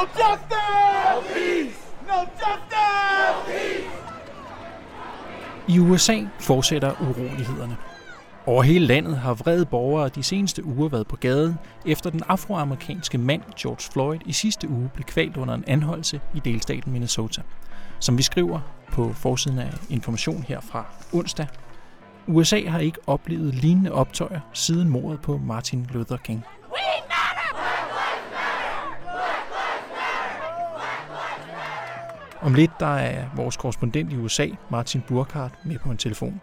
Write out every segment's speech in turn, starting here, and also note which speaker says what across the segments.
Speaker 1: justice! No peace! No justice! No peace!
Speaker 2: I USA fortsætter urolighederne. Over hele landet har vrede borgere de seneste uger været på gaden, efter den afroamerikanske mand George Floyd i sidste uge blev kvalt under en anholdelse i delstaten Minnesota. Som vi skriver på forsiden af Information her fra onsdag, USA har ikke oplevet lignende optøjer siden mordet på Martin Luther King. Om lidt der er vores korrespondent i USA, Martin Burkhardt, med på en telefon.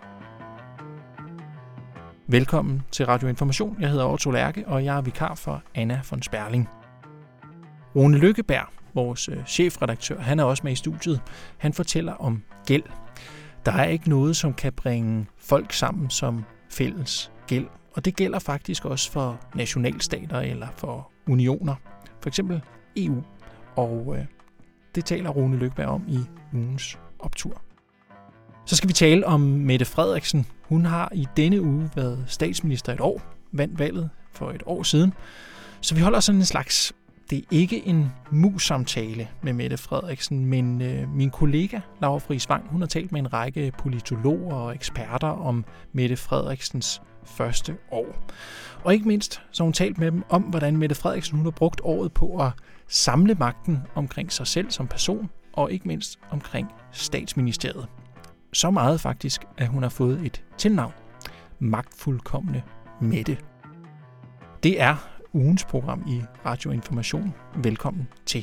Speaker 2: Velkommen til Radio Information. Jeg hedder Otto Lærke, og jeg er vikar for Anna von Sperling. Rune Lykkeberg, vores chefredaktør, han er også med i studiet. Han fortæller om gæld. Der er ikke noget, som kan bringe folk sammen som fælles gæld. Og det gælder faktisk også for nationalstater eller for unioner. For eksempel EU. Og det taler Rune Lykkeberg om i ugens optur. Så skal vi tale om Mette Frederiksen. Hun har i denne uge været statsminister et år, vandt valget for et år siden. Så vi holder sådan en slags, det er ikke en mus-samtale med Mette Frederiksen, men min kollega Laura Friis Vang, hun har talt med en række politologer og eksperter om Mette Frederiksens første år. Og ikke mindst så har hun talt med dem om, hvordan Mette Frederiksen hun har brugt året på at samle magten omkring sig selv som person, og ikke mindst omkring statsministeriet. Så meget faktisk, at hun har fået et tilnavn. Magtfuldkomne Mette. Det er ugens program i Radio Information. Velkommen til.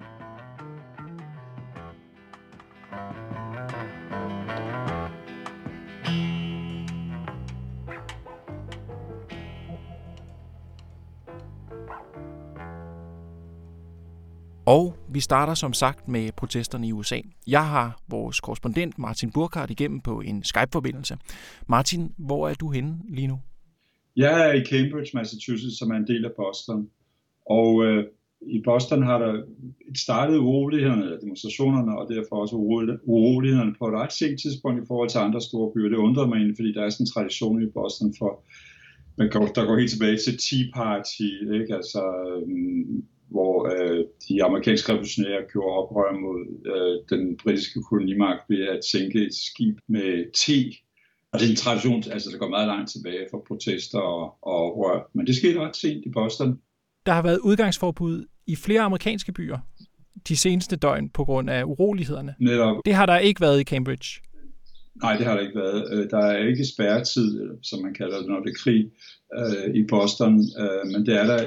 Speaker 2: Og vi starter som sagt med protesterne i USA. Jeg har vores korrespondent Martin Burkhardt igennem på en Skype-forbindelse. Martin, hvor er du henne lige nu?
Speaker 3: Jeg er i Cambridge, Massachusetts, som er en del af Boston. Og i Boston har der startet urolighederne, demonstrationerne, og derfor også urolighederne på et ret sent tidspunkt i forhold til andre store byer. Det undrer mig egentlig, fordi der er sådan en tradition i Boston for, der går helt tilbage til Tea Party, ikke? Altså, hvor de amerikanske revolutionære gjorde oprør mod den britiske kolonimagt ved at sænke et skib med te. Og det er en tradition, altså der går meget langt tilbage for protester og oprør. Men det skete ret sent i Boston.
Speaker 2: Der har været udgangsforbud i flere amerikanske byer de seneste døgn på grund af urolighederne.
Speaker 3: Netop.
Speaker 2: Det har der ikke været i Cambridge.
Speaker 3: Nej, det har der ikke været. Der er ikke spærretid, som man kalder det, når det er krig i Boston. Men det er der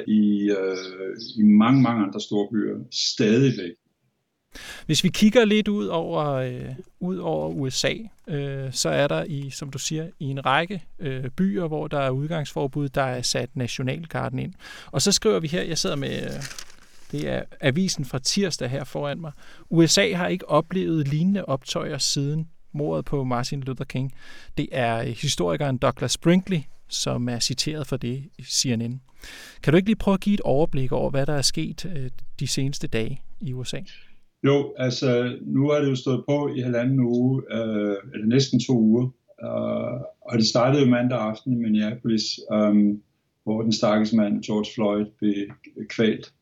Speaker 3: i mange, mange andre store byer stadigvæk.
Speaker 2: Hvis vi kigger lidt ud over USA, så er der som du siger, i en række byer, hvor der er udgangsforbud, der er sat nationalgarden ind. Og så skriver vi her, jeg sidder med, det er avisen fra tirsdag her foran mig, USA har ikke oplevet lignende optøjer siden mordet på Martin Luther King. Det er historikeren Douglas Brinkley, som er citeret for det i CNN. Kan du ikke lige prøve at give et overblik over, hvad der er sket de seneste dage i USA?
Speaker 3: Jo, altså nu har det jo stået på i halvanden uge, eller næsten 2 uger, og det startede jo mandag aften i Minneapolis, hvor den stakkels mand George Floyd blev kvalt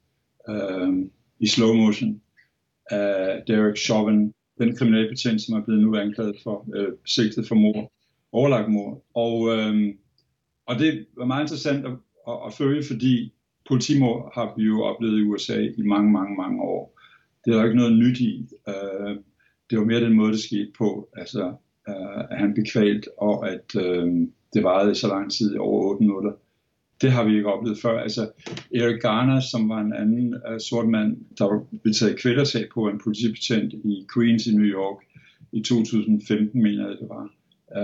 Speaker 3: i slow motion af Derek Chauvin, den kriminalbetjent, som er blevet nu anklaget for sigtet for mord, overlagt mord. Og det var meget interessant at følge, fordi politimord har vi jo oplevet i USA i mange, mange, mange år. Det er jo ikke noget nyt i. Det var mere den måde, det skete på. Altså, at han blev kvalt, og at det varede i så lang tid, over 8 minutter. Det har vi ikke oplevet før. Altså, Eric Garner, som var en anden sort mand, der var blevet taget kvælertag på en politibetjent i Queens i New York i 2015, mener jeg det var.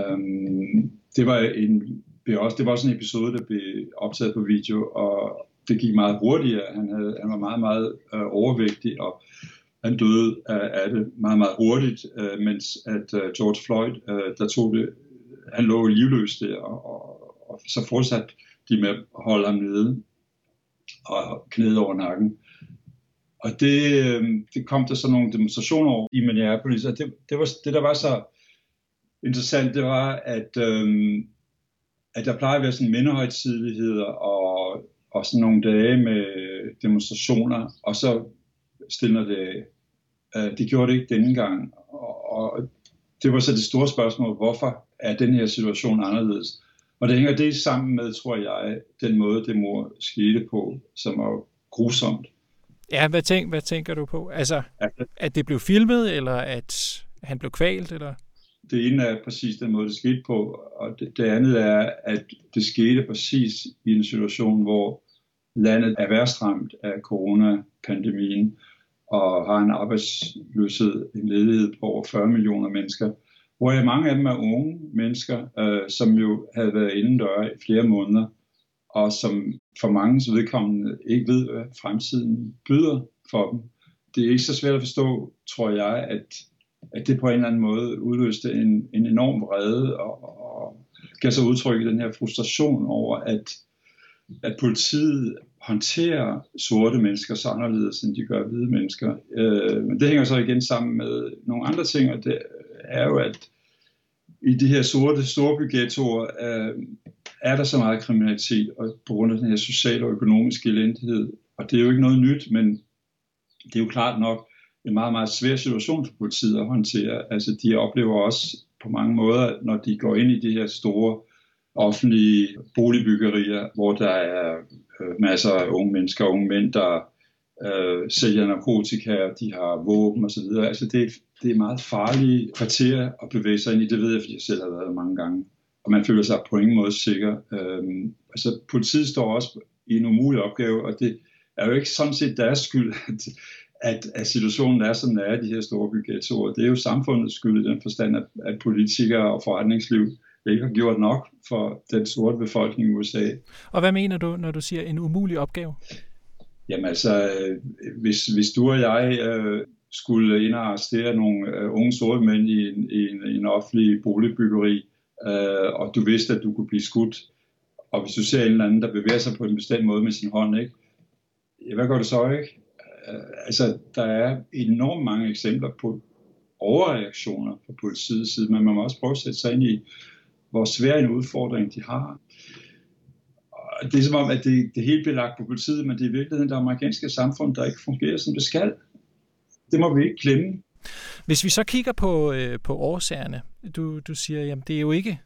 Speaker 3: Det var også en episode, der blev optaget på video, og det gik meget hurtigt. Han var meget, meget overvægtig, og han døde af det meget, meget hurtigt, mens at George Floyd, der tog det, han lå livløs der, og så fortsatte de med at holde ham nede og knæde over nakken. Og det kom der så nogle demonstrationer over i Minneapolis, og det der var så interessant, det var, at der plejer at være sådan mindehøjtideligheder og sådan nogle dage med demonstrationer, og så stiller det af. Det gjorde det ikke denne gang, og det var så det store spørgsmål, hvorfor er den her situation anderledes? Og det hænger det sammen med, tror jeg, den måde, det må skete på, som var grusomt.
Speaker 2: Ja, hvad tænker du på? Altså, at det blev filmet, eller at han blev kvalt, eller?
Speaker 3: Det ene er præcis den måde, det skete på, og det andet er, at det skete præcis i en situation, hvor landet er værst ramt af coronapandemien, og har en arbejdsløshed, en ledighed på over 40 millioner mennesker, hvor mange af dem er unge mennesker, som jo havde været indendør i flere måneder, og som for manges vedkommende ikke ved, hvad fremtiden byder for dem. Det er ikke så svært at forstå, tror jeg, at det på en eller anden måde udløste en enorm vrede, og gav sig udtryk i den her frustration over, at politiet håndterer sorte mennesker så anderledes, end de gør hvide mennesker. Men det hænger så igen sammen med nogle andre ting, og det er jo, at i de her sorte storbyghettoer er der så meget kriminalitet, og på grund af den her sociale og økonomiske elendighed. Og det er jo ikke noget nyt, men det er jo klart nok en meget, meget svær situation for politiet at håndtere. Altså de oplever også på mange måder, når de går ind i de her store offentlige boligbyggerier, hvor der er masser af unge mennesker og unge mænd, der sælger narkotika, de har våben osv. Altså det er meget farlige kvarterer at bevæge sig ind i, det ved jeg, fordi jeg selv har været mange gange. Og man føler sig på ingen måde sikker. Altså politiet står også i en umulig opgave, og det er jo ikke sådan set deres skyld, at situationen er, som den er i de her store byghettoer. Det er jo samfundets skyld i den forstand, at politikere og forretningsliv ikke har gjort nok for den sorte befolkning i USA.
Speaker 2: Og hvad mener du, når du siger en umulig opgave?
Speaker 3: Jamen altså, hvis du og jeg skulle ind og arrestere nogle unge sorte mænd i en offentlig boligbyggeri, og du vidste, at du kunne blive skudt, og hvis du ser en eller anden, der bevæger sig på en bestemt måde med sin hånd, ikke? Hvad gør du så, ikke? Altså, der er enormt mange eksempler på overreaktioner fra politiets side, men man må også prøve at sætte sig ind i, hvor svær en udfordring de har. Og det er som om, at det hele bliver lagt på politiet, men det er i virkeligheden det amerikanske samfund, der ikke fungerer, som det skal. Det må vi ikke glemme.
Speaker 2: Hvis vi så kigger på årsagerne, du siger, jamen det er jo ikke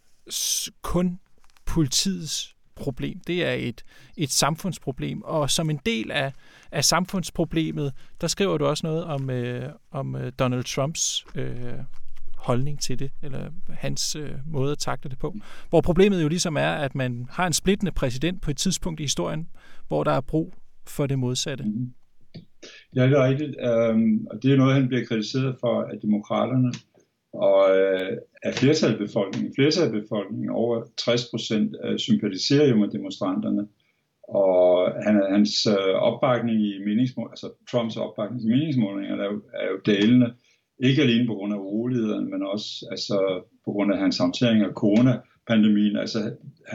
Speaker 2: kun politiets problem. Det er et samfundsproblem, og som en del af samfundsproblemet, der skriver du også noget om Donald Trumps holdning til det, eller hans måde at takle det på. Hvor problemet jo ligesom er, at man har en splittende præsident på et tidspunkt i historien, hvor der er brug for det modsatte.
Speaker 3: Ja, det er rigtigt. Og det er noget, han bliver kritiseret for af demokraterne og af flertallet af befolkningen. Flertallet af befolkningen, over 60%, sympatiserer jo med demonstranterne. Og hans opbakning i meningsmålinger, altså Trumps opbakning i meningsmålinger, er jo dalende. Ikke alene på grund af urolighederne, men også på grund af hans håndtering af coronapandemien. Altså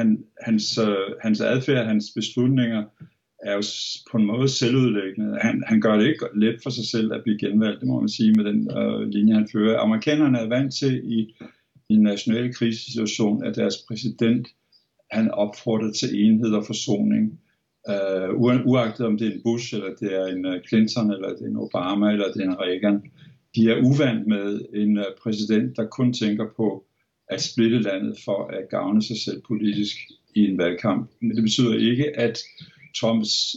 Speaker 3: hans adfærd, hans beslutninger er jo på en måde selvudlæggende. Han gør det ikke let for sig selv at blive genvalgt, det må man sige, med den linje, han fører. Amerikanerne er vant til i en national krisesituation, at deres præsident, han opfordrer til enhed og forsoning. Uagtet om det er en Bush, eller det er en Clinton, eller det er en Obama, eller det er en Reagan. De er uvant med en præsident, der kun tænker på at splitte landet for at gavne sig selv politisk i en valgkamp. Men det betyder ikke, at Trumps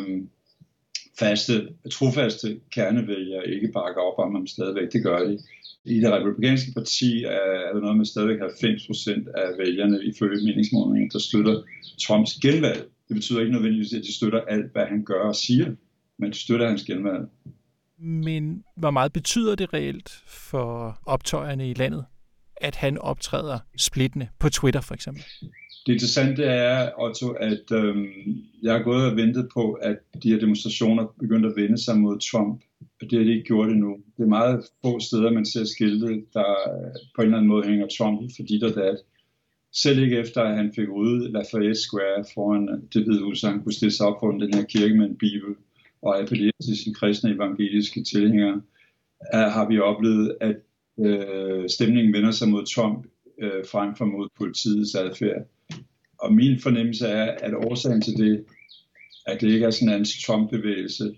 Speaker 3: trofaste kernevælgere ikke bakker op om ham stadigvæk. Det gør de. I det republikanske parti er der noget med stadigvæk 90% af vælgerne ifølge meningsmålingen, der støtter Trumps genvalg. Det betyder ikke nødvendigvis, at de støtter alt, hvad han gør og siger, men de støtter hans genvalg. Men
Speaker 2: hvor meget betyder det reelt for optøjerne i landet, at han optræder splittende på Twitter for eksempel?
Speaker 3: Det interessante er, Otto, at jeg har gået og ventet på, at de her demonstrationer begyndte at vende sig mod Trump. Og det har de ikke gjort endnu. Det er meget få steder, man ser skilte, der på en eller anden måde hænger Trump for dit og dat. Selv ikke efter, at han fik ryddet Lafayette Square foran det Hvide Hus, så han kunne stille sig op foran den her kirke med en bibel og appellere til sine kristne evangeliske tilhængere, har vi oplevet, at stemningen vender sig mod Trump frem for mod politiets adfærd. Og min fornemmelse er, at årsagen til det, at det ikke er sådan en anti-Trump-bevægelse,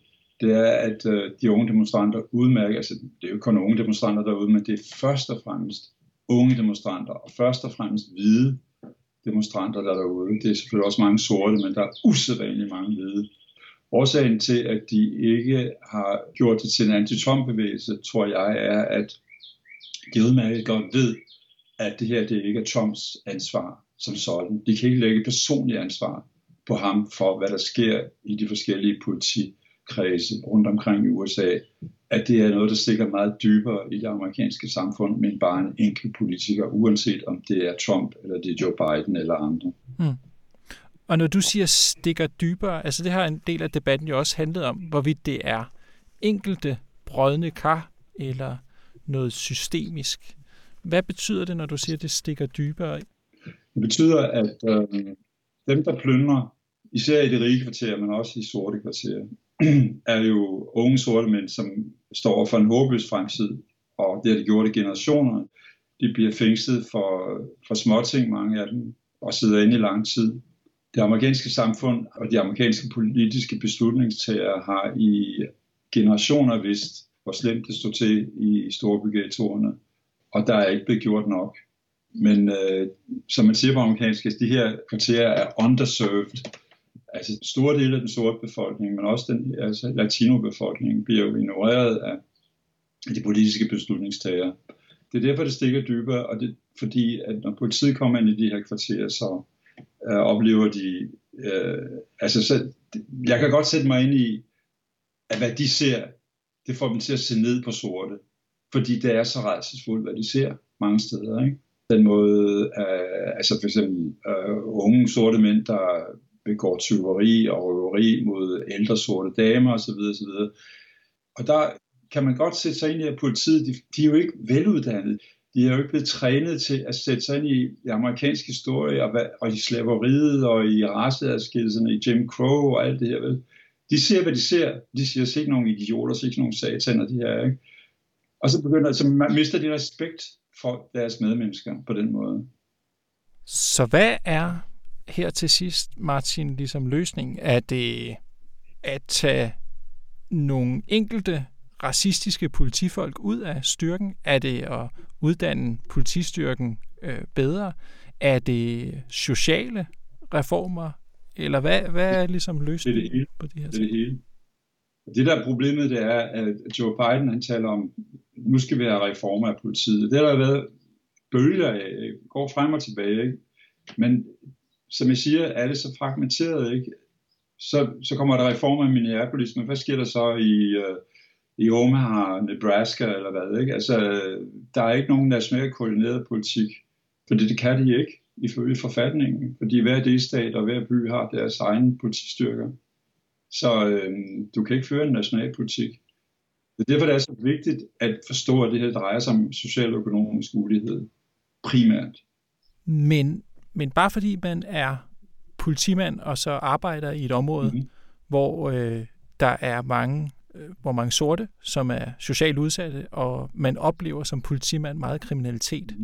Speaker 3: det er, at de unge demonstranter udmærker, altså det er jo kun unge demonstranter derude, men det er først og fremmest unge demonstranter, og først og fremmest hvide demonstranter, der er derude. Det er selvfølgelig også mange sorte, men der er usædvanligt mange hvide. Årsagen til, at de ikke har gjort det til en anti-Trump-bevægelse, tror jeg, er, at de udmærket godt ved, at det her det ikke er Trumps ansvar som sådan. De kan ikke lægge personligt ansvar på ham for, hvad der sker i de forskellige politikredse rundt omkring i USA. At det er noget, der stikker meget dybere i det amerikanske samfund, end bare en enkelt politiker, uanset om det er Trump, eller det er Joe Biden eller andre.
Speaker 2: Og når du siger stikker dybere, altså det har en del af debatten jo også handlet om, hvorvidt det er enkelte brodne kar, eller noget systemisk. Hvad betyder det, når du siger, at det stikker dybere?
Speaker 3: Det betyder, at dem, der plyndrer, især i de rige kvarterer, men også i sorte kvarterer, er jo unge sorte mænd, som står for en håbløs fremtid, og det har de gjort i generationer. De bliver fængslet for småting, mange af dem, og sidder inde i lang tid. Det amerikanske samfund og de amerikanske politiske beslutningstagere har i generationer vidst, hvor slemt det stod til i storbyghettoerne, og der er ikke blevet gjort nok. Men som man siger på amerikansk, de her kvarterer er underserved. Altså store dele af den sorte befolkning, men også den latino-befolkning, bliver jo ignoreret af de politiske beslutningstagere. Det er derfor, det stikker dybere, og det fordi, at når politiet kommer ind i de her kvarterer, så oplever de... jeg kan godt sætte mig ind i, at hvad de ser, det får dem til at se ned på sorte. Fordi det er så rædselsfuldt, hvad de ser mange steder, ikke? Den måde, for eksempel unge sorte mænd, der begår tyveri og røveri mod ældre sorte damer osv. osv. Og der kan man godt sætte sig ind i, at politiet, de er jo ikke veluddannede. De er jo ikke blevet trænet til at sætte sig ind i amerikansk historie og i slaveriet og i raceadskillelserne, i Jim Crow og alt det her. Vel? De ser, hvad de ser. De siger, se nogle idioter, se nogle sataner, de her, ikke? Og så mister de respekt for deres medmennesker på den måde.
Speaker 2: Så hvad er her til sidst, Martin, ligesom løsningen? Er det at tage nogle enkelte racistiske politifolk ud af styrken? Er det at uddanne politistyrken bedre? Er det sociale reformer? Eller hvad er ligesom løsningen på de her ting?
Speaker 3: Det er det hele. Det der problemet, det er, at Joe Biden, han taler om, nu skal vi have reformer af politiet. Det har der været bølger af, går frem og tilbage, ikke? Men som jeg siger, er det så fragmenteret, ikke? Så kommer der reformer i Minneapolis, men hvad sker der så i Omaha, Nebraska eller hvad, ikke? Altså, der er ikke nogen nationalt koordineret politik, fordi det kan de ikke ifølge forfatningen, fordi hver delstat og hver by har deres egen politistyrker. Så du kan ikke føre en national politik. Det er derfor, det er så vigtigt at forstå, at det her drejer sig om social og økonomisk ulighed primært.
Speaker 2: Men bare fordi man er politimand og så arbejder i et område, hvor der er mange sorte, som er socialt udsatte, og man oplever som politimand meget kriminalitet,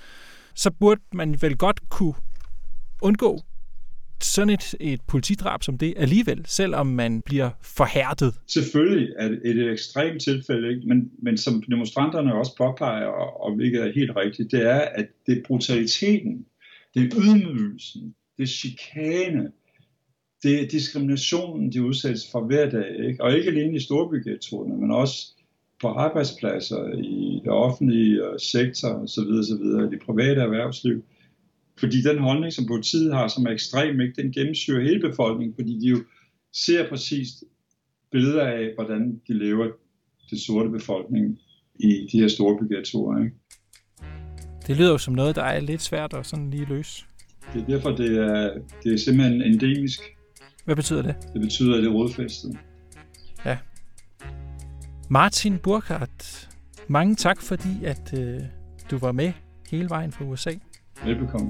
Speaker 2: så burde man vel godt kunne undgå sådan et politidrab som det alligevel, selvom man bliver forhærdet.
Speaker 3: Selvfølgelig er det et ekstremt tilfælde, ikke? Men som demonstranterne også påpeger, og hvilket er helt rigtigt, det er, at det er brutaliteten, det er ydmygelsen, det er chikane, det er diskriminationen, de udsættes for hver dag, ikke? Og ikke alene i storbyghettoerne, men også på arbejdspladser, i det offentlige sektor osv., det private erhvervsliv. Fordi den holdning, som politiet har, som er ekstrem, ikke, den gennemsyrer hele befolkningen, fordi de jo ser præcis billeder af, hvordan de lever, den sorte befolkning, i de her store byggettorer, ikke?
Speaker 2: Det lyder jo som noget, der er lidt svært at sådan lige løse.
Speaker 3: Det er derfor, det er simpelthen endemisk.
Speaker 2: Hvad betyder det?
Speaker 3: Det betyder, at det er rodfæstet.
Speaker 2: Ja. Martin Burkhardt, mange tak, fordi at du var med hele vejen fra USA.
Speaker 3: Velbekomme.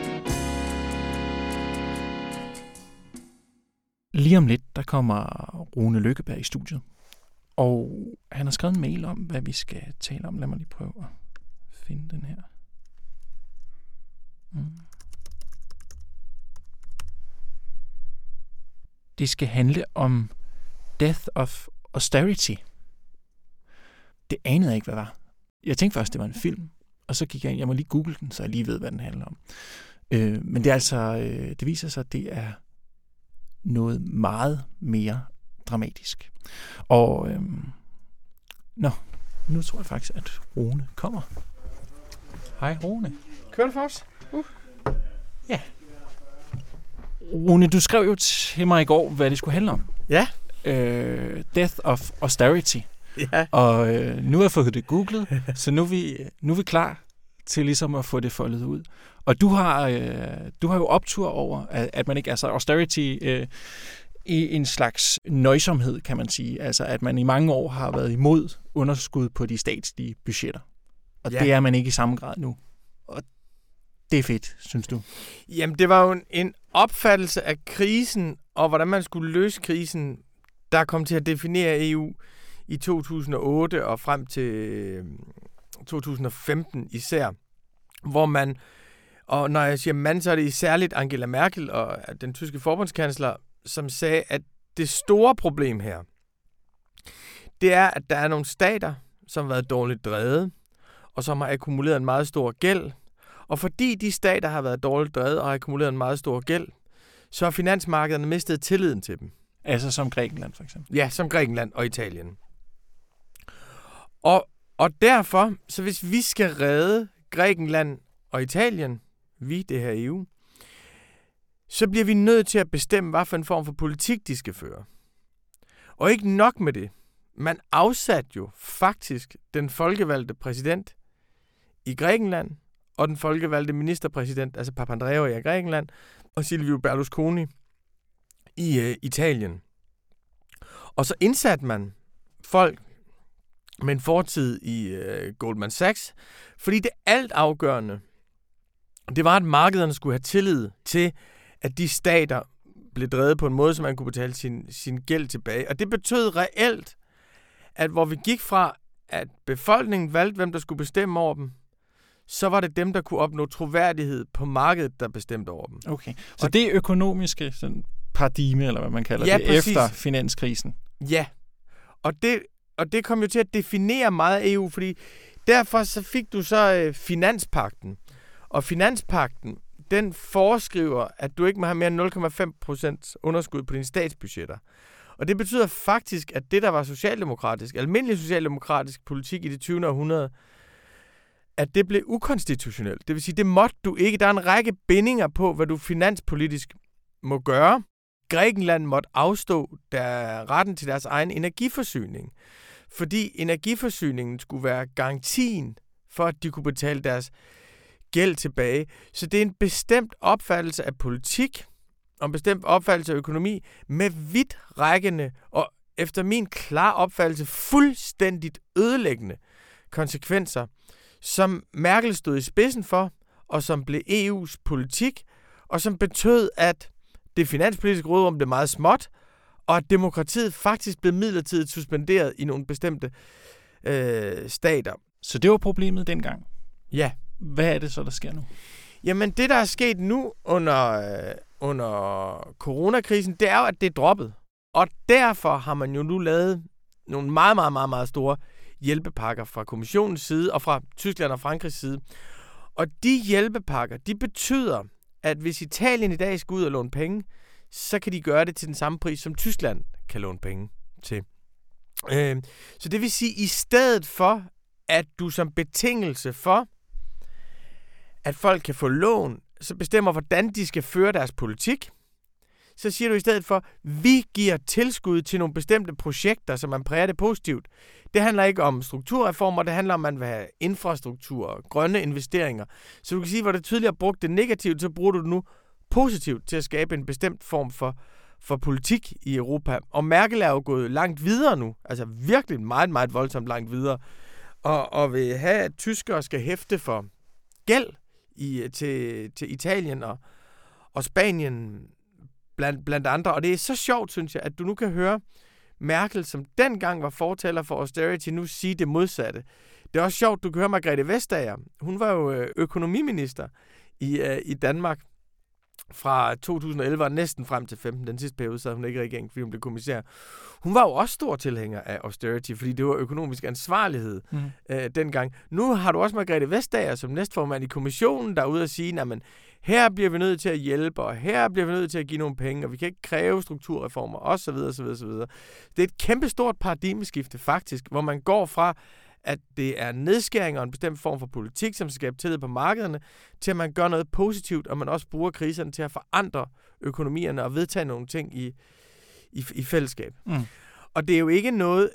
Speaker 2: Lige om lidt, der kommer Rune Lykkeberg i studiet. Og han har skrevet en mail om, hvad vi skal tale om. Lad mig lige prøve at finde den her. Det skal handle om Death of Austerity. Det anede jeg ikke, hvad var. Jeg tænkte først, det var en film, og så gik jeg må lige google den, så jeg lige ved, hvad den handler om. Men det er altså, det viser sig, at det er noget meget mere dramatisk. Og nu tror jeg faktisk, at Rune kommer. Hej Rune.
Speaker 4: Kører det for os?
Speaker 2: Ja. Rune, du skrev jo til mig i går, hvad det skulle handle om.
Speaker 4: Ja.
Speaker 2: Death of Austerity.
Speaker 4: Ja.
Speaker 2: Og nu har jeg fået det googlet, så nu er vi klar til ligesom at få det foldet ud. Og du har jo optur over, at man ikke, altså austerity i en slags nøjsomhed, kan man sige. Altså at man i mange år har været imod underskud på de statslige budgetter. Og det er man ikke i samme grad nu. Og det er fedt, synes du?
Speaker 4: Jamen, det var jo en opfattelse af krisen, og hvordan man skulle løse krisen, der kom til at definere EU i 2008 og frem til 2015 især, hvor man, og når jeg siger mand, så er det særligt Angela Merkel og den tyske forbundskansler, som sagde, at det store problem her, det er, at der er nogle stater, som har været dårligt drevet, og som har akkumuleret en meget stor gæld. Og fordi de stater har været dårligt drevet og har akkumuleret en meget stor gæld, så har finansmarkederne mistet tilliden til dem.
Speaker 2: Altså som Grækenland for eksempel?
Speaker 4: Ja, som Grækenland og Italien. Og derfor, så hvis vi skal redde Grækenland og Italien, det her EU, så bliver vi nødt til at bestemme, hvad for en form for politik de skal føre. Og ikke nok med det. Man afsatte jo faktisk den folkevalgte præsident i Grækenland, og den folkevalgte ministerpræsident, altså Papandreou i Grækenland, og Silvio Berlusconi i Italien. Og så indsatte man folk med en fortid i Goldman Sachs, fordi det alt afgørende, det var, at markederne skulle have tillid til, at de stater blev drevet på en måde, så man kunne betale sin gæld tilbage. Og det betød reelt, at hvor vi gik fra, at befolkningen valgte, hvem der skulle bestemme over dem, så var det dem, der kunne opnå troværdighed på markedet, der bestemte over dem.
Speaker 2: Okay, så det er økonomiske sådan paradigme, eller hvad man kalder det, præcis. Efter finanskrisen.
Speaker 4: Ja, og det kom jo til at definere meget af EU, fordi derfor så fik du så finanspagten. Og finanspagten, den foreskriver, at du ikke må have mere end 0,5% underskud på dine statsbudgetter. Og det betyder faktisk, at det, der var almindelig socialdemokratisk politik i det 20. århundrede, at det blev ukonstitutionelt. Det vil sige, det måtte du ikke. Der er en række bindinger på, hvad du finanspolitisk må gøre. Grækenland måtte afstå retten til deres egen energiforsyning, fordi energiforsyningen skulle være garantien for, at de kunne betale deres gæld tilbage. Så det er en bestemt opfattelse af politik, og en bestemt opfattelse af økonomi, med vidtrækkende og efter min klare opfattelse fuldstændigt ødelæggende konsekvenser, som Merkel stod i spidsen for, og som blev EU's politik, og som betød, at det finanspolitiske råderum blev meget småt, og at demokratiet faktisk blev midlertidigt suspenderet i nogle bestemte stater.
Speaker 2: Så det var problemet dengang?
Speaker 4: Ja.
Speaker 2: Hvad er det så, der sker nu?
Speaker 4: Jamen, det, der er sket nu under coronakrisen, det er jo, at det er droppet. Og derfor har man jo nu lavet nogle meget, meget, meget, meget store hjælpepakker fra kommissionens side og fra Tyskland og Frankrigs side. Og de hjælpepakker, de betyder, at hvis Italien i dag skal ud og låne penge, så kan de gøre det til den samme pris, som Tyskland kan låne penge til. Så det vil sige, i stedet for, at du som betingelse for, at folk kan få lån, så bestemmer, hvordan de skal føre deres politik, så siger du i stedet for, vi giver tilskud til nogle bestemte projekter, som man præger det positivt. Det handler ikke om strukturreformer, det handler om, at man vil have infrastruktur og grønne investeringer. Så du kan sige, hvor det tidligere brugt det negativt, så bruger du det nu positivt til at skabe en bestemt form for politik i Europa. Og Merkel er jo gået langt videre nu, altså virkelig meget, meget voldsomt langt videre, og vil have, at tyskere skal hæfte for gæld til Italien og Spanien blandt andre. Og det er så sjovt, synes jeg, at du nu kan høre Merkel, som dengang var fortaler for austerity, nu sige det modsatte. Det er også sjovt, du kan høre Margrethe Vestager. Hun var jo økonomiminister i Danmark fra 2011 og næsten frem til 15. Den sidste periode sad hun ikke i regeringen, fordi hun blev kommissær. Hun var jo også stor tilhænger af austerity, fordi det var økonomisk ansvarlighed dengang. Nu har du også Margrethe Vestager som næstformand i kommissionen, der er ude at sige, at her bliver vi nødt til at hjælpe, og her bliver vi nødt til at give nogle penge, og vi kan ikke kræve strukturreformer, osv. osv. Det er et kæmpestort paradigmeskifte faktisk, hvor man går fra, at det er nedskæringer og en bestemt form for politik, som skaber tillid på markederne, til at man gør noget positivt, og man også bruger kriserne til at forandre økonomierne og vedtage nogle ting i fællesskab. Og det er jo ikke noget,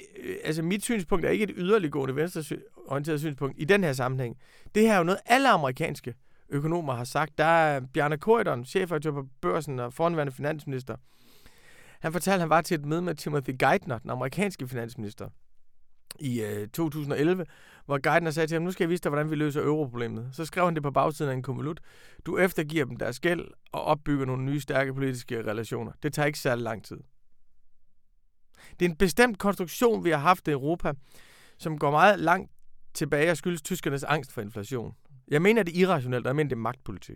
Speaker 4: mit synspunkt er ikke et yderliggående venstreorienteret synspunkt i den her sammenhæng. Det her er jo noget, alle amerikanske økonomer har sagt. Der er Bjarne Corydon, chefredaktør på Børsen og forhenværende finansminister. Han fortalte, at han var til et møde med Timothy Geithner, den amerikanske finansminister, i 2011, hvor Geithner sagde til ham, nu skal jeg vise dig, hvordan vi løser europroblemet. Så skrev han det på bagsiden af en konvolut. Du eftergiver dem deres gæld og opbygger nogle nye, stærke politiske relationer. Det tager ikke særlig lang tid. Det er en bestemt konstruktion, vi har haft i Europa, som går meget langt tilbage og skyldes tyskernes angst for inflation. Jeg mener, det er irrationelt, og jeg mener, det er magtpolitik.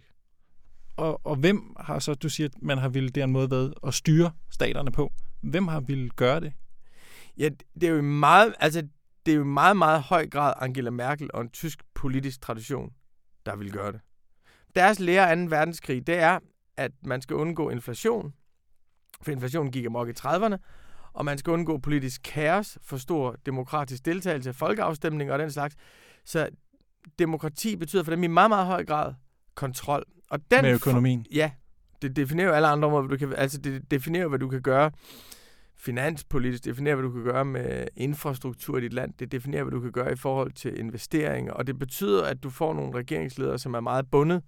Speaker 2: Og hvem har så, du siger, at man har ville den måde ved at styre staterne på? Hvem har ville gøre det?
Speaker 4: Ja, det er jo i meget, meget høj grad Angela Merkel og en tysk politisk tradition, der vil gøre det. Deres lære af 2. verdenskrig, det er, at man skal undgå inflation, for inflationen gik amok i 30'erne, og man skal undgå politisk kaos, for stor demokratisk deltagelse, folkeafstemninger og den slags. Så demokrati betyder for dem i meget, meget høj grad kontrol. Og den
Speaker 2: med økonomien?
Speaker 4: Ja, det definerer jo alle andre områder, det definerer hvad du kan gøre finanspolitisk, det definerer, hvad du kan gøre med infrastruktur i dit land, det definerer, hvad du kan gøre i forhold til investeringer, og det betyder, at du får nogle regeringsledere, som er meget bundet,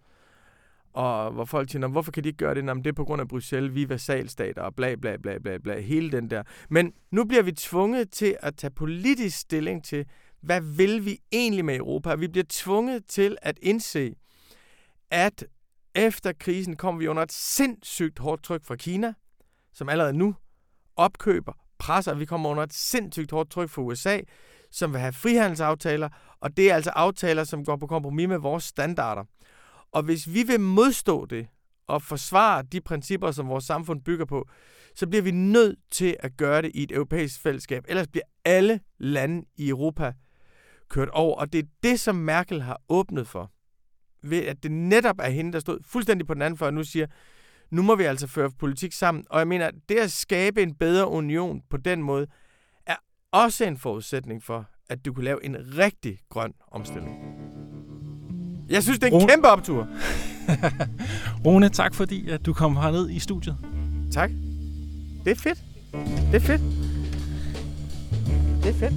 Speaker 4: og hvor folk siger, hvorfor kan de ikke gøre det? Det er på grund af Bruxelles, vi er vasalstater, og bla bla bla bla bla, hele den der. Men nu bliver vi tvunget til at tage politisk stilling til, hvad vil vi egentlig med Europa? Vi bliver tvunget til at indse, at efter krisen kommer vi under et sindssygt hårdt tryk fra Kina, som allerede nu opkøber, presser, vi kommer under et sindssygt hårdt tryk fra USA, som vil have frihandelsaftaler, og det er altså aftaler, som går på kompromis med vores standarder. Og hvis vi vil modstå det, og forsvare de principper, som vores samfund bygger på, så bliver vi nødt til at gøre det i et europæisk fællesskab. Ellers bliver alle lande i Europa kørt over, og det er det, som Merkel har åbnet for. Ved at det netop er hende, der stod fuldstændig på den anden for, og nu siger, nu må vi altså føre politik sammen. Og jeg mener, det at skabe en bedre union på den måde, er også en forudsætning for, at du kan lave en rigtig grøn omstilling. Jeg synes, det er en kæmpe optur.
Speaker 2: Rune, tak fordi at du kom herned i studiet.
Speaker 4: Tak. Det er fedt. Det er fedt. Det er fedt.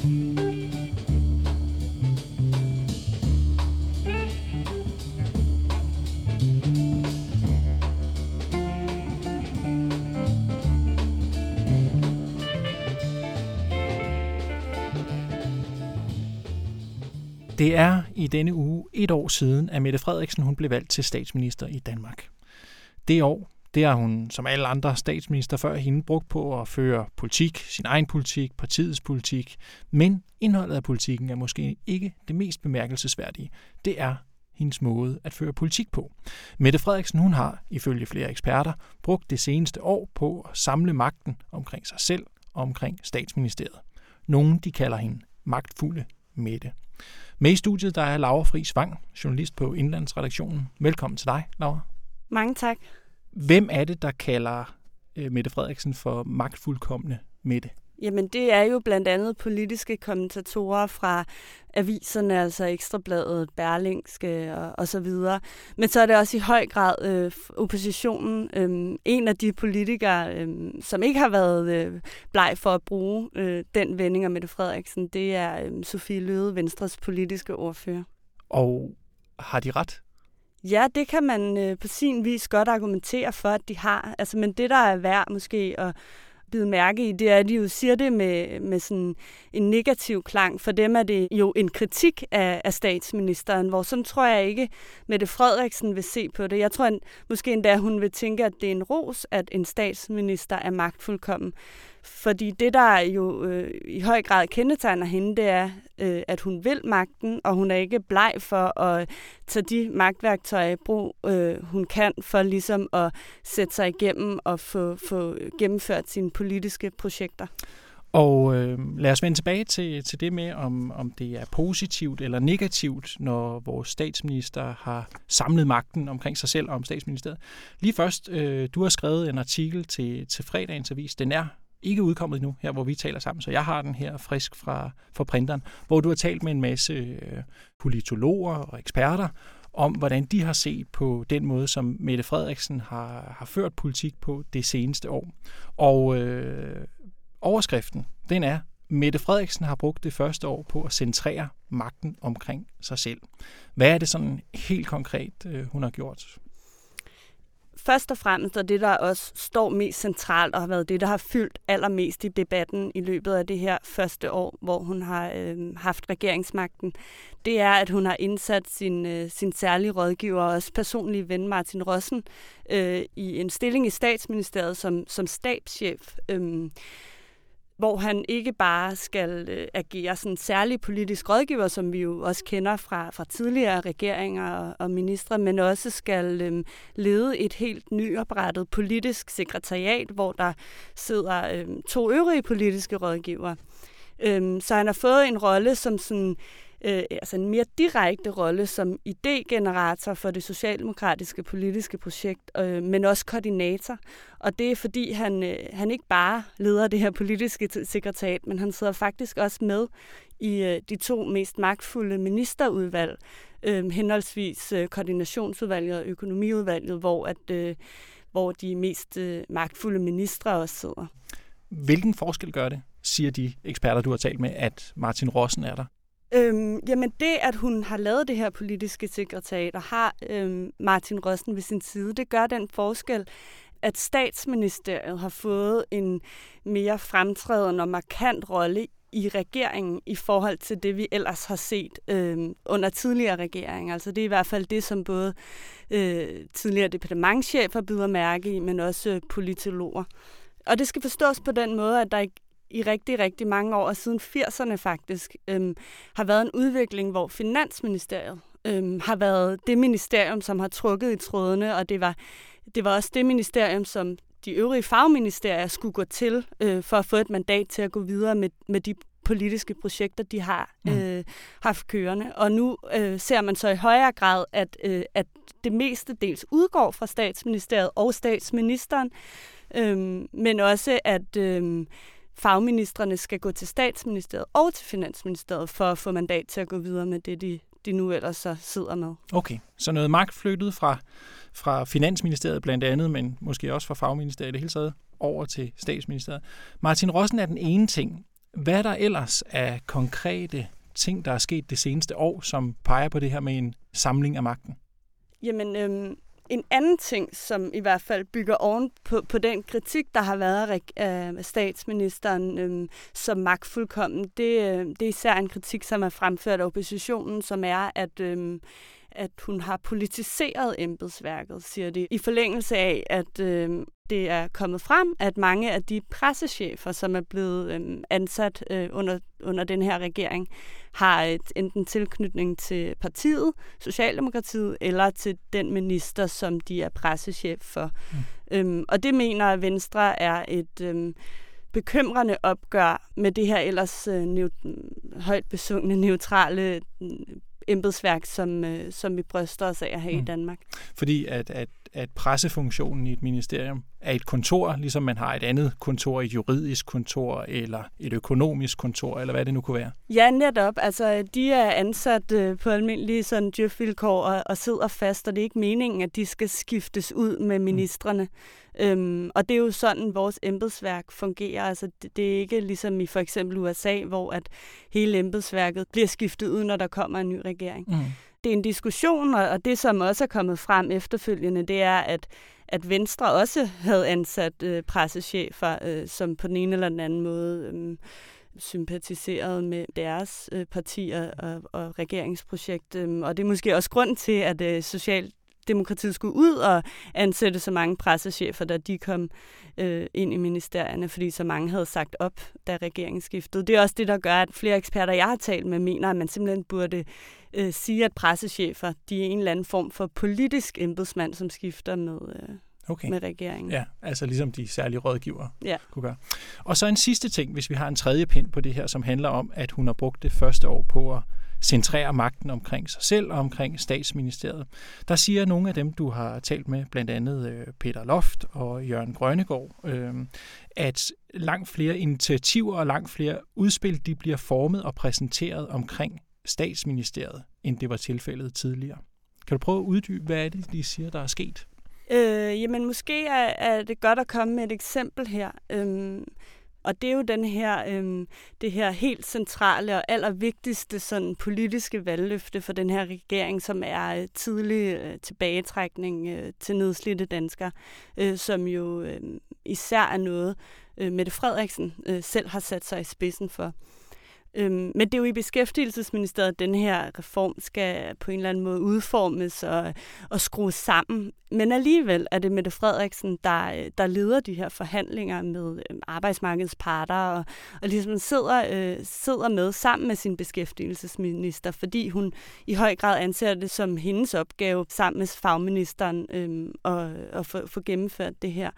Speaker 2: Det er i denne uge 1 år siden, at Mette Frederiksen hun blev valgt til statsminister i Danmark. Det år, det har hun, som alle andre statsminister før hende, brugt på at føre politik, sin egen politik, partiets politik. Men indholdet af politikken er måske ikke det mest bemærkelsesværdige. Det er hendes måde at føre politik på. Mette Frederiksen hun har, ifølge flere eksperter, brugt det seneste år på at samle magten omkring sig selv og omkring statsministeriet. Nogle de kalder hende magtfulde Mette. Med i studiet der er Laura Friis Vang, journalist på Indlandsredaktionen. Velkommen til dig, Laura.
Speaker 5: Mange tak.
Speaker 2: Hvem er det, der kalder Mette Frederiksen for magtfuldkomne Mette?
Speaker 5: Jamen det er jo blandt andet politiske kommentatorer fra aviserne, altså Ekstrabladet, Berlingske og så videre. Men så er det også i høj grad oppositionen. En af de politikere, som ikke har været bleg for at bruge den vending af Mette Frederiksen, det er Sophie Løhde, Venstres politiske ordfører.
Speaker 2: Og har de ret?
Speaker 5: Ja, det kan man på sin vis godt argumentere for, at de har. Altså, men det, der er værd måske at bide mærke i, det er, at de jo siger det med sådan en negativ klang. For dem er det jo en kritik af statsministeren, hvor sådan tror jeg ikke, Mette Frederiksen vil se på det. Jeg tror måske endda, hun vil tænke, at det er en ros, at en statsminister er magtfuldkommen. Fordi det, der jo i høj grad kendetegner hende, det er, at hun vil magten, og hun er ikke bleg for at tage de magtværktøjer i brug, hun kan, for ligesom at sætte sig igennem og få gennemført sine politiske projekter.
Speaker 2: Og lad os vende tilbage til det med, om det er positivt eller negativt, når vores statsminister har samlet magten omkring sig selv og om statsministeriet. Lige først, du har skrevet en artikel til fredagens avis. Den er ikke udkommet endnu, her hvor vi taler sammen, så jeg har den her frisk fra printeren, hvor du har talt med en masse politologer og eksperter om, hvordan de har set på den måde, som Mette Frederiksen har ført politik på det seneste år. Og overskriften, den er, Mette Frederiksen har brugt det første år på at centrere magten omkring sig selv. Hvad er det sådan helt konkret, hun har gjort?
Speaker 5: Først og fremmest, og det der også står mest centralt og har været det, der har fyldt allermest i debatten i løbet af det her første år, hvor hun har haft regeringsmagten, det er, at hun har indsat sin særlige rådgiver og også personlige ven Martin Rossen i en stilling i Statsministeriet som stabschef, hvor han ikke bare skal agere sådan særlig politisk rådgiver, som vi jo også kender fra tidligere regeringer og ministre, men også skal lede et helt nyoprettet politisk sekretariat, hvor der sidder 2 øvrige politiske rådgivere. Så han har fået en rolle som sådan, altså en mere direkte rolle som idégenerator for det socialdemokratiske politiske projekt, men også koordinator. Og det er fordi, han ikke bare leder det her politiske sekretariat, men han sidder faktisk også med i de 2 mest magtfulde ministerudvalg, henholdsvis koordinationsudvalget og økonomiudvalget, hvor de mest magtfulde ministre også sidder.
Speaker 2: Hvilken forskel gør det, siger de eksperter, du har talt med, at Martin Rossen er der?
Speaker 5: Jamen det, at hun har lavet det her politiske sekretariat og har Martin Rossen ved sin side, det gør den forskel, at Statsministeriet har fået en mere fremtrædende og markant rolle i regeringen i forhold til det, vi ellers har set under tidligere regeringer. Altså det er i hvert fald det, som både tidligere departementschefer bider mærke i, men også politologer. Og det skal forstås på den måde, at der i rigtig, rigtig mange år, og siden 80'erne faktisk, har været en udvikling, hvor Finansministeriet har været det ministerium, som har trukket i trådene, og det var også det ministerium, som de øvrige fagministerier skulle gå til for at få et mandat til at gå videre med de politiske projekter, de har haft kørende. Og nu ser man så i højere grad, at det meste dels udgår fra Statsministeriet og statsministeren, men også at fagministrene skal gå til Statsministeriet og til Finansministeriet for at få mandat til at gå videre med det, de nu ellers så sidder med.
Speaker 2: Okay, så noget magt flyttet fra Finansministeriet blandt andet, men måske også fra fagministeriet i det hele taget, over til Statsministeriet. Martin Rossen er den ene ting. Hvad er der ellers af konkrete ting, der er sket det seneste år, som peger på det her med en samling af magten?
Speaker 5: Jamen, en anden ting, som i hvert fald bygger oven på den kritik, der har været af statsministeren som magtfuldkommen, det er især en kritik, som er fremført af oppositionen, som er, at hun har politiseret embedsværket, siger de. I forlængelse af, at det er kommet frem, at mange af de pressechefer, som er blevet ansat under den her regering, har enten tilknytning til partiet, Socialdemokratiet, eller til den minister, som de er pressechef for. Og det mener Venstre er et bekymrende opgør med det her ellers højt besungne, neutrale embedsværk, som vi bryster os af at have i Danmark.
Speaker 2: Fordi at pressefunktionen i et ministerium er et kontor, ligesom man har et andet kontor, et juridisk kontor eller et økonomisk kontor, eller hvad det nu kunne være? Ja,
Speaker 5: netop. Altså, de er ansat på almindelige sådan djøf-vilkår og sidder fast, og det er ikke meningen, at de skal skiftes ud med ministrene. Og det er jo sådan, vores embedsværk fungerer. Altså, det er ikke ligesom i for eksempel USA, hvor at hele embedsværket bliver skiftet ud, når der kommer en ny regering. Det er en diskussion, og det, som også er kommet frem efterfølgende, det er, at Venstre også havde ansat pressechefer, som på den ene eller den anden måde sympatiseret med deres partier og regeringsprojekt. Og det er måske også grund til, at demokratiet skulle ud og ansætte så mange pressechefer, da de kom ind i ministerierne, fordi så mange havde sagt op, da regeringen skiftede. Det er også det, der gør, at flere eksperter, jeg har talt med, mener, at man simpelthen burde sige, at pressechefer, de er en eller anden form for politisk embedsmand, som skifter med regeringen.
Speaker 2: Ja, altså ligesom de særlige rådgivere kunne gøre. Og så en sidste ting, hvis vi har en tredje pind på det her, som handler om, at hun har brugt det første år på at centrere magten omkring sig selv og omkring statsministeriet. Der siger nogle af dem, du har talt med, blandt andet Peter Loft og Jørgen Grønnegård, at langt flere initiativer og langt flere udspil, de bliver formet og præsenteret omkring statsministeriet, end det var tilfældet tidligere. Kan du prøve at uddybe, hvad er det, de siger, der er sket?
Speaker 5: Jamen, måske er det godt at komme med et eksempel her. Og det er jo det her helt centrale og allervigtigste sådan politiske valgløfte for den her regering, som er tidlig tilbagetrækning til nedslidte danskere, som jo især er noget, Mette Frederiksen selv har sat sig i spidsen for. Men det er jo i Beskæftigelsesministeriet, at den her reform skal på en eller anden måde udformes og skrues sammen. Men alligevel er det Mette Frederiksen, der leder de her forhandlinger med arbejdsmarkedets parter og ligesom sidder med sammen med sin beskæftigelsesminister, fordi hun i høj grad anser det som hendes opgave sammen med fagministeren at få gennemført det her.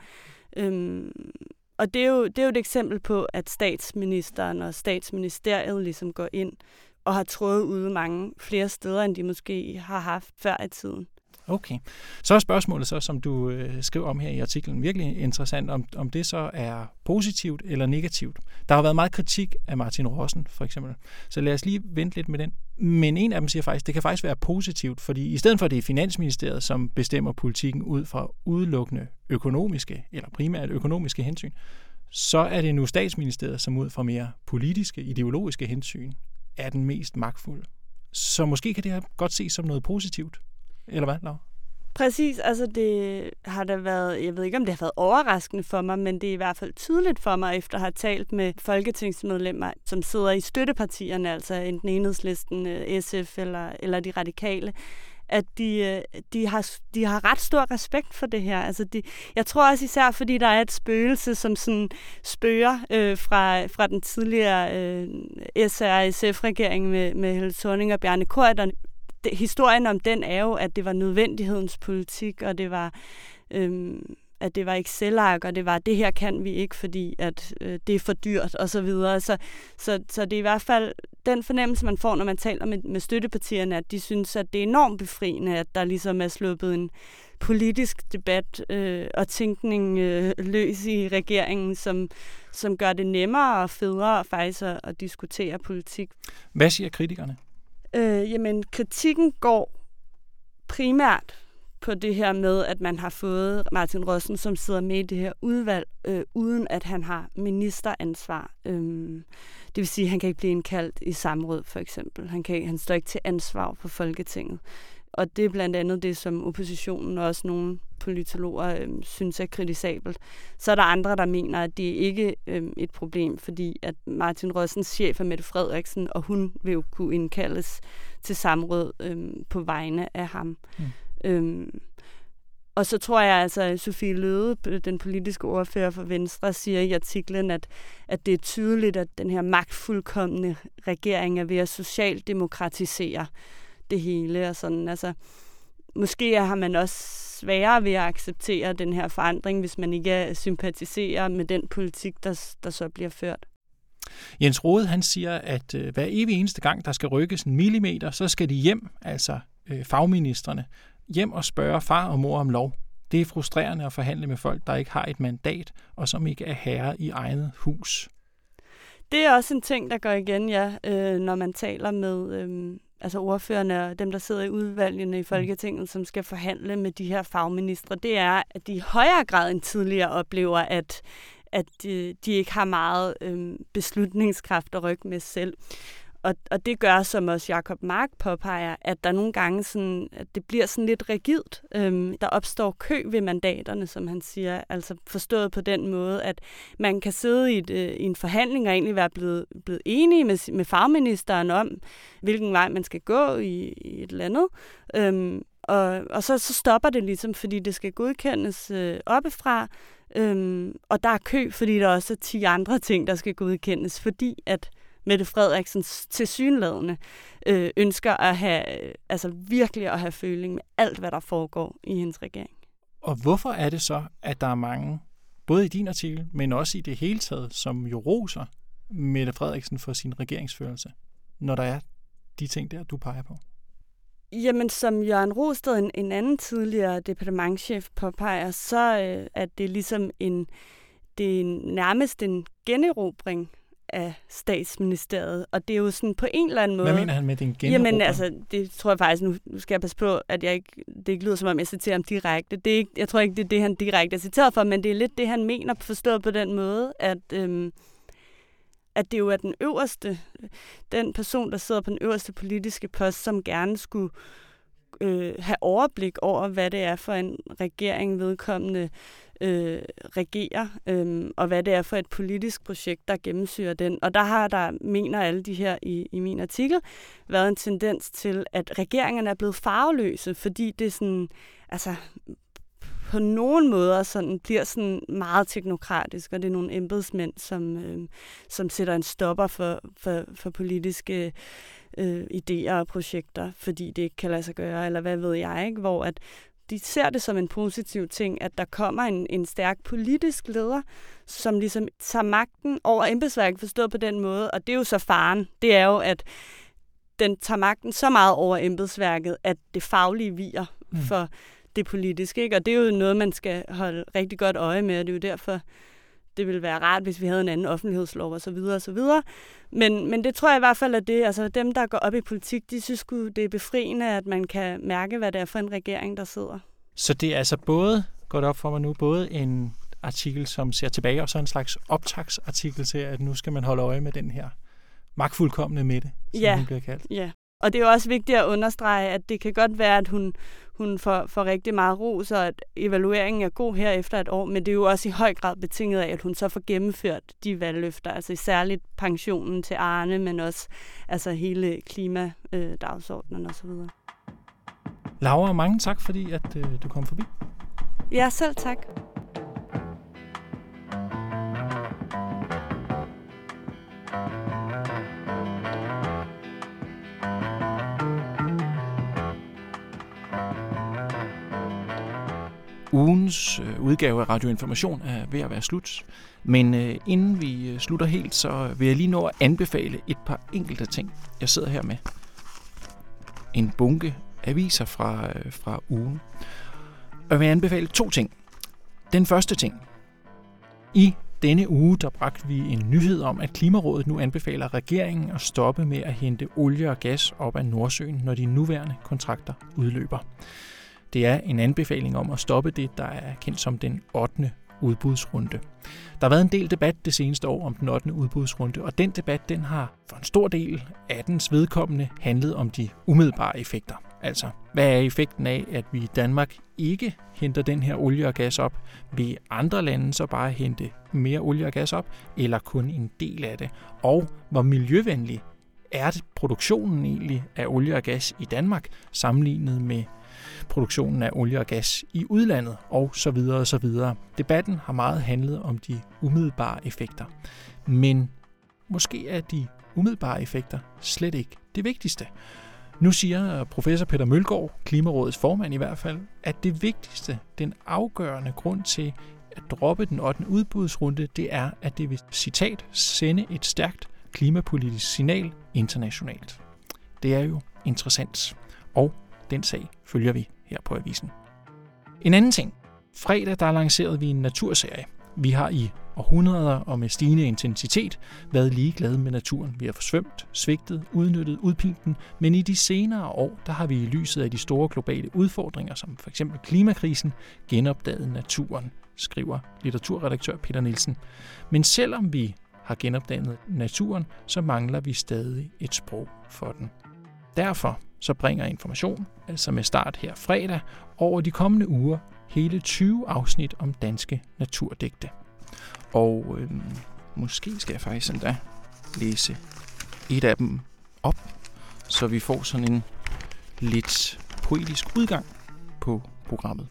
Speaker 5: Og det er jo et eksempel på, at statsministeren og statsministeriet ligesom går ind og har trådet ude mange flere steder, end de måske har haft før i tiden.
Speaker 2: Okay. Så er spørgsmålet så, som du skriver om her i artiklen, virkelig interessant, om det så er positivt eller negativt. Der har været meget kritik af Martin Rossen, for eksempel. Så lad os lige vente lidt med den. Men en af dem siger faktisk, at det kan faktisk være positivt, fordi i stedet for, at det er Finansministeriet, som bestemmer politikken ud fra udelukkende økonomiske, eller primært økonomiske hensyn, så er det nu Statsministeriet, som ud fra mere politiske, ideologiske hensyn, er den mest magtfulde. Så måske kan det her godt ses som noget positivt. Eller hvad, Laura?
Speaker 5: Præcis, altså det har da været, jeg ved ikke om det har været overraskende for mig, men det er i hvert fald tydeligt for mig, efter at have talt med folketingsmedlemmer, som sidder i støttepartierne, altså enten Enhedslisten, SF eller de radikale, at de har ret stor respekt for det her. Altså jeg tror også især, fordi der er et spøgelse, som sådan spøger fra den tidligere SR-SF-regering med Helle Thorning og Bjarne Corydon. Historien om den er jo, at det var nødvendighedens politik, og det var, at det var Excel-ark, og det var, det her kan vi ikke, fordi at det er for dyrt, og så videre. Så det er i hvert fald den fornemmelse, man får, når man taler med støttepartierne, at de synes, at det er enormt befriende, at der ligesom er sluppet en politisk debat og tænkning løs i regeringen, som gør det nemmere og federe faktisk at diskutere politik.
Speaker 2: Hvad siger kritikerne?
Speaker 5: Jamen, kritikken går primært på det her med, at man har fået Martin Rossen, som sidder med i det her udvalg, uden at han har ministeransvar. Det vil sige, at han kan ikke blive indkaldt i samråd, for eksempel. Han står ikke til ansvar for Folketinget. Og det er blandt andet det, som oppositionen og også nogle politologer synes er kritisabelt. Så er der andre, der mener, at det ikke er et problem, fordi at Martin Rossens chef er Mette Frederiksen, og hun vil jo kunne indkaldes til samråd på vegne af ham. Og så tror jeg altså, at Sofie Løhde, den politiske ordfører for Venstre, siger i artiklen, at det er tydeligt, at den her magtfuldkomne regering er ved at socialdemokratisere det hele og sådan. Altså, måske har man også sværere ved at acceptere den her forandring, hvis man ikke sympatiserer med den politik, der så bliver ført.
Speaker 2: Jens Rohde, han siger, at hver evig eneste gang, der skal rykkes en millimeter, så skal de hjem, altså fagministrene, hjem og spørge far og mor om lov. Det er frustrerende at forhandle med folk, der ikke har et mandat, og som ikke er herre i eget hus.
Speaker 5: Det er også en ting, der går igen, når man taler med altså ordførerne og dem, der sidder i udvalgene i Folketinget, som skal forhandle med de her fagministre. Det er, at de i højere grad end tidligere oplever, at de ikke har meget beslutningskraft at rykke med selv. Og det gør, som også Jacob Mark påpeger, at der nogle gange sådan, at det bliver sådan lidt rigidt. Der opstår kø ved mandaterne, som han siger, altså forstået på den måde, at man kan sidde i en forhandling og egentlig være blevet enige med fagministeren om, hvilken vej man skal gå i et eller andet. Og så stopper det ligesom, fordi det skal godkendes oppefra, og der er kø, fordi der også er 10 andre ting, der skal godkendes, fordi at Mette Frederiksen tilsyneladende ønsker at have, altså virkelig at have føling med alt, hvad der foregår i hendes regering.
Speaker 2: Og hvorfor er det så, at der er mange, både i din artikel, men også i det hele taget, som jo roser Mette Frederiksen for sin regeringsførelse, når der er de ting der, du peger på?
Speaker 5: Jamen, som Jørgen Rosted, en anden tidligere departementschef, påpeger, så er det ligesom det er nærmest en generobring af statsministeriet, og det er jo sådan på en eller anden måde...
Speaker 2: Hvad mener han med den generobring?
Speaker 5: Jamen, altså, det tror jeg faktisk, nu skal jeg passe på, at det ikke lyder som om, jeg citerer ham direkte. Det er ikke, jeg tror ikke, det er det, han direkte er citeret for, men det er lidt det, han mener, forstået på den måde, at det jo er den person, der sidder på den øverste politiske post, som gerne skulle have overblik over, hvad det er for en regering vedkommende regerer, og hvad det er for et politisk projekt, der gennemsyrer den. Og der mener alle de her i min artikel, været en tendens til, at regeringerne er blevet farveløse, fordi det sådan, altså på nogle måder sådan, bliver sådan meget teknokratisk, og det er nogle embedsmænd, som sætter en stopper for politiske idéer og projekter, fordi det ikke kan lade sig gøre, eller hvad ved jeg, ikke? Hvor at de ser det som en positiv ting, at der kommer en stærk politisk leder, som ligesom tager magten over embedsværket, forstået på den måde, og det er jo så faren. Det er jo, at den tager magten så meget over embedsværket, at det faglige viger for det politiske, ikke? Og det er jo noget, man skal holde rigtig godt øje med, og det er jo derfor, det ville være rart, hvis vi havde en anden offentlighedslov og så videre og så videre. Men det tror jeg i hvert fald, at det, altså dem, der går op i politik, de synes det er befriende, at man kan mærke, hvad det er for en regering, der sidder.
Speaker 2: Så det er altså både, går det op for mig nu, både en artikel, som ser tilbage, og så en slags optagsartikel til, at nu skal man holde øje med den her magtfuldkomne Mette, som hun bliver kaldt.
Speaker 5: Ja, og det er jo også vigtigt at understrege, at det kan godt være, at hun får rigtig meget ros, og at evalueringen er god her efter et år, men det er jo også i høj grad betinget af, at hun så får gennemført de valgløfter, altså særligt pensionen til Arne, men også altså hele klimadagsordenen osv.
Speaker 2: Laura, mange tak, fordi at du kom forbi.
Speaker 5: Ja, selv tak.
Speaker 2: Ugens udgave af Radio Information er ved at være slut, men inden vi slutter helt, så vil jeg lige nå at anbefale et par enkelte ting. Jeg sidder her med en bunke aviser fra ugen, og jeg vil anbefale 2 ting. Den første ting. I denne uge, der bragte vi en nyhed om, at Klimarådet nu anbefaler regeringen at stoppe med at hente olie og gas op af Nordsøen, når de nuværende kontrakter udløber. Det er en anbefaling om at stoppe det, der er kendt som den 8. udbudsrunde. Der har været en del debat det seneste år om den 8. udbudsrunde, og den debat den har for en stor del af dens vedkommende handlet om de umiddelbare effekter. Altså, hvad er effekten af, at vi i Danmark ikke henter den her olie og gas op? Vil andre lande så bare hente mere olie og gas op, eller kun en del af det? Og hvor miljøvenlig er produktionen egentlig af olie og gas i Danmark, sammenlignet med produktionen af olie og gas i udlandet, og så videre og så videre. Debatten har meget handlet om de umiddelbare effekter. Men måske er de umiddelbare effekter slet ikke det vigtigste. Nu siger professor Peter Mølgaard, Klimarådets formand i hvert fald, at det vigtigste, den afgørende grund til at droppe den 8. udbudsrunde, det er, at det vil, citat, sende et stærkt klimapolitisk signal internationalt. Det er jo interessant, og den sag følger vi her på avisen. En anden ting. Fredag der lancerede vi en naturserie. Vi har i århundreder og med stigende intensitet været ligeglade med naturen. Vi har forsvømt, svigtet, udnyttet, udpint den, men i de senere år der har vi i lyset af de store globale udfordringer, som f.eks. klimakrisen, genopdaget naturen, skriver litteraturredaktør Peter Nielsen. Men selvom vi har genopdannet naturen, så mangler vi stadig et sprog for den. Derfor så bringer Information, altså med start her fredag, over de kommende uger hele 20 afsnit om danske naturdigte. Og måske skal jeg faktisk endda læse et af dem op, så vi får sådan en lidt poetisk udgang på programmet.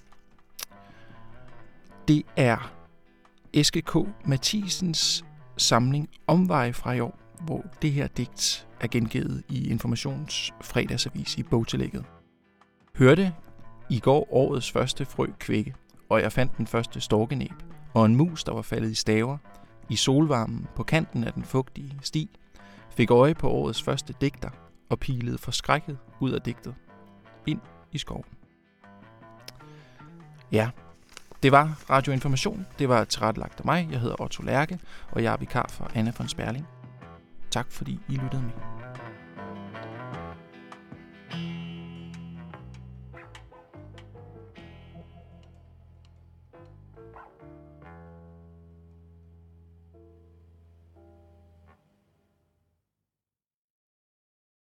Speaker 2: Det er Eske K. Mathiesens samling Omveje fra i år, hvor det her digt er gengivet i Informations fredagsavis i bogtillægget. Hørte i går årets første frø kvække, og jeg fandt den første storkenæb, og en mus, der var faldet i staver, i solvarmen på kanten af den fugtige sti, fik øje på årets første digter og pilede forskrækket ud af digtet ind i skoven. Ja, det var Radio Information. Det var tilrettelagt af mig. Jeg hedder Otto Lærke, og jeg er vikar for Anna von Sperling. Tak fordi I lyttede med.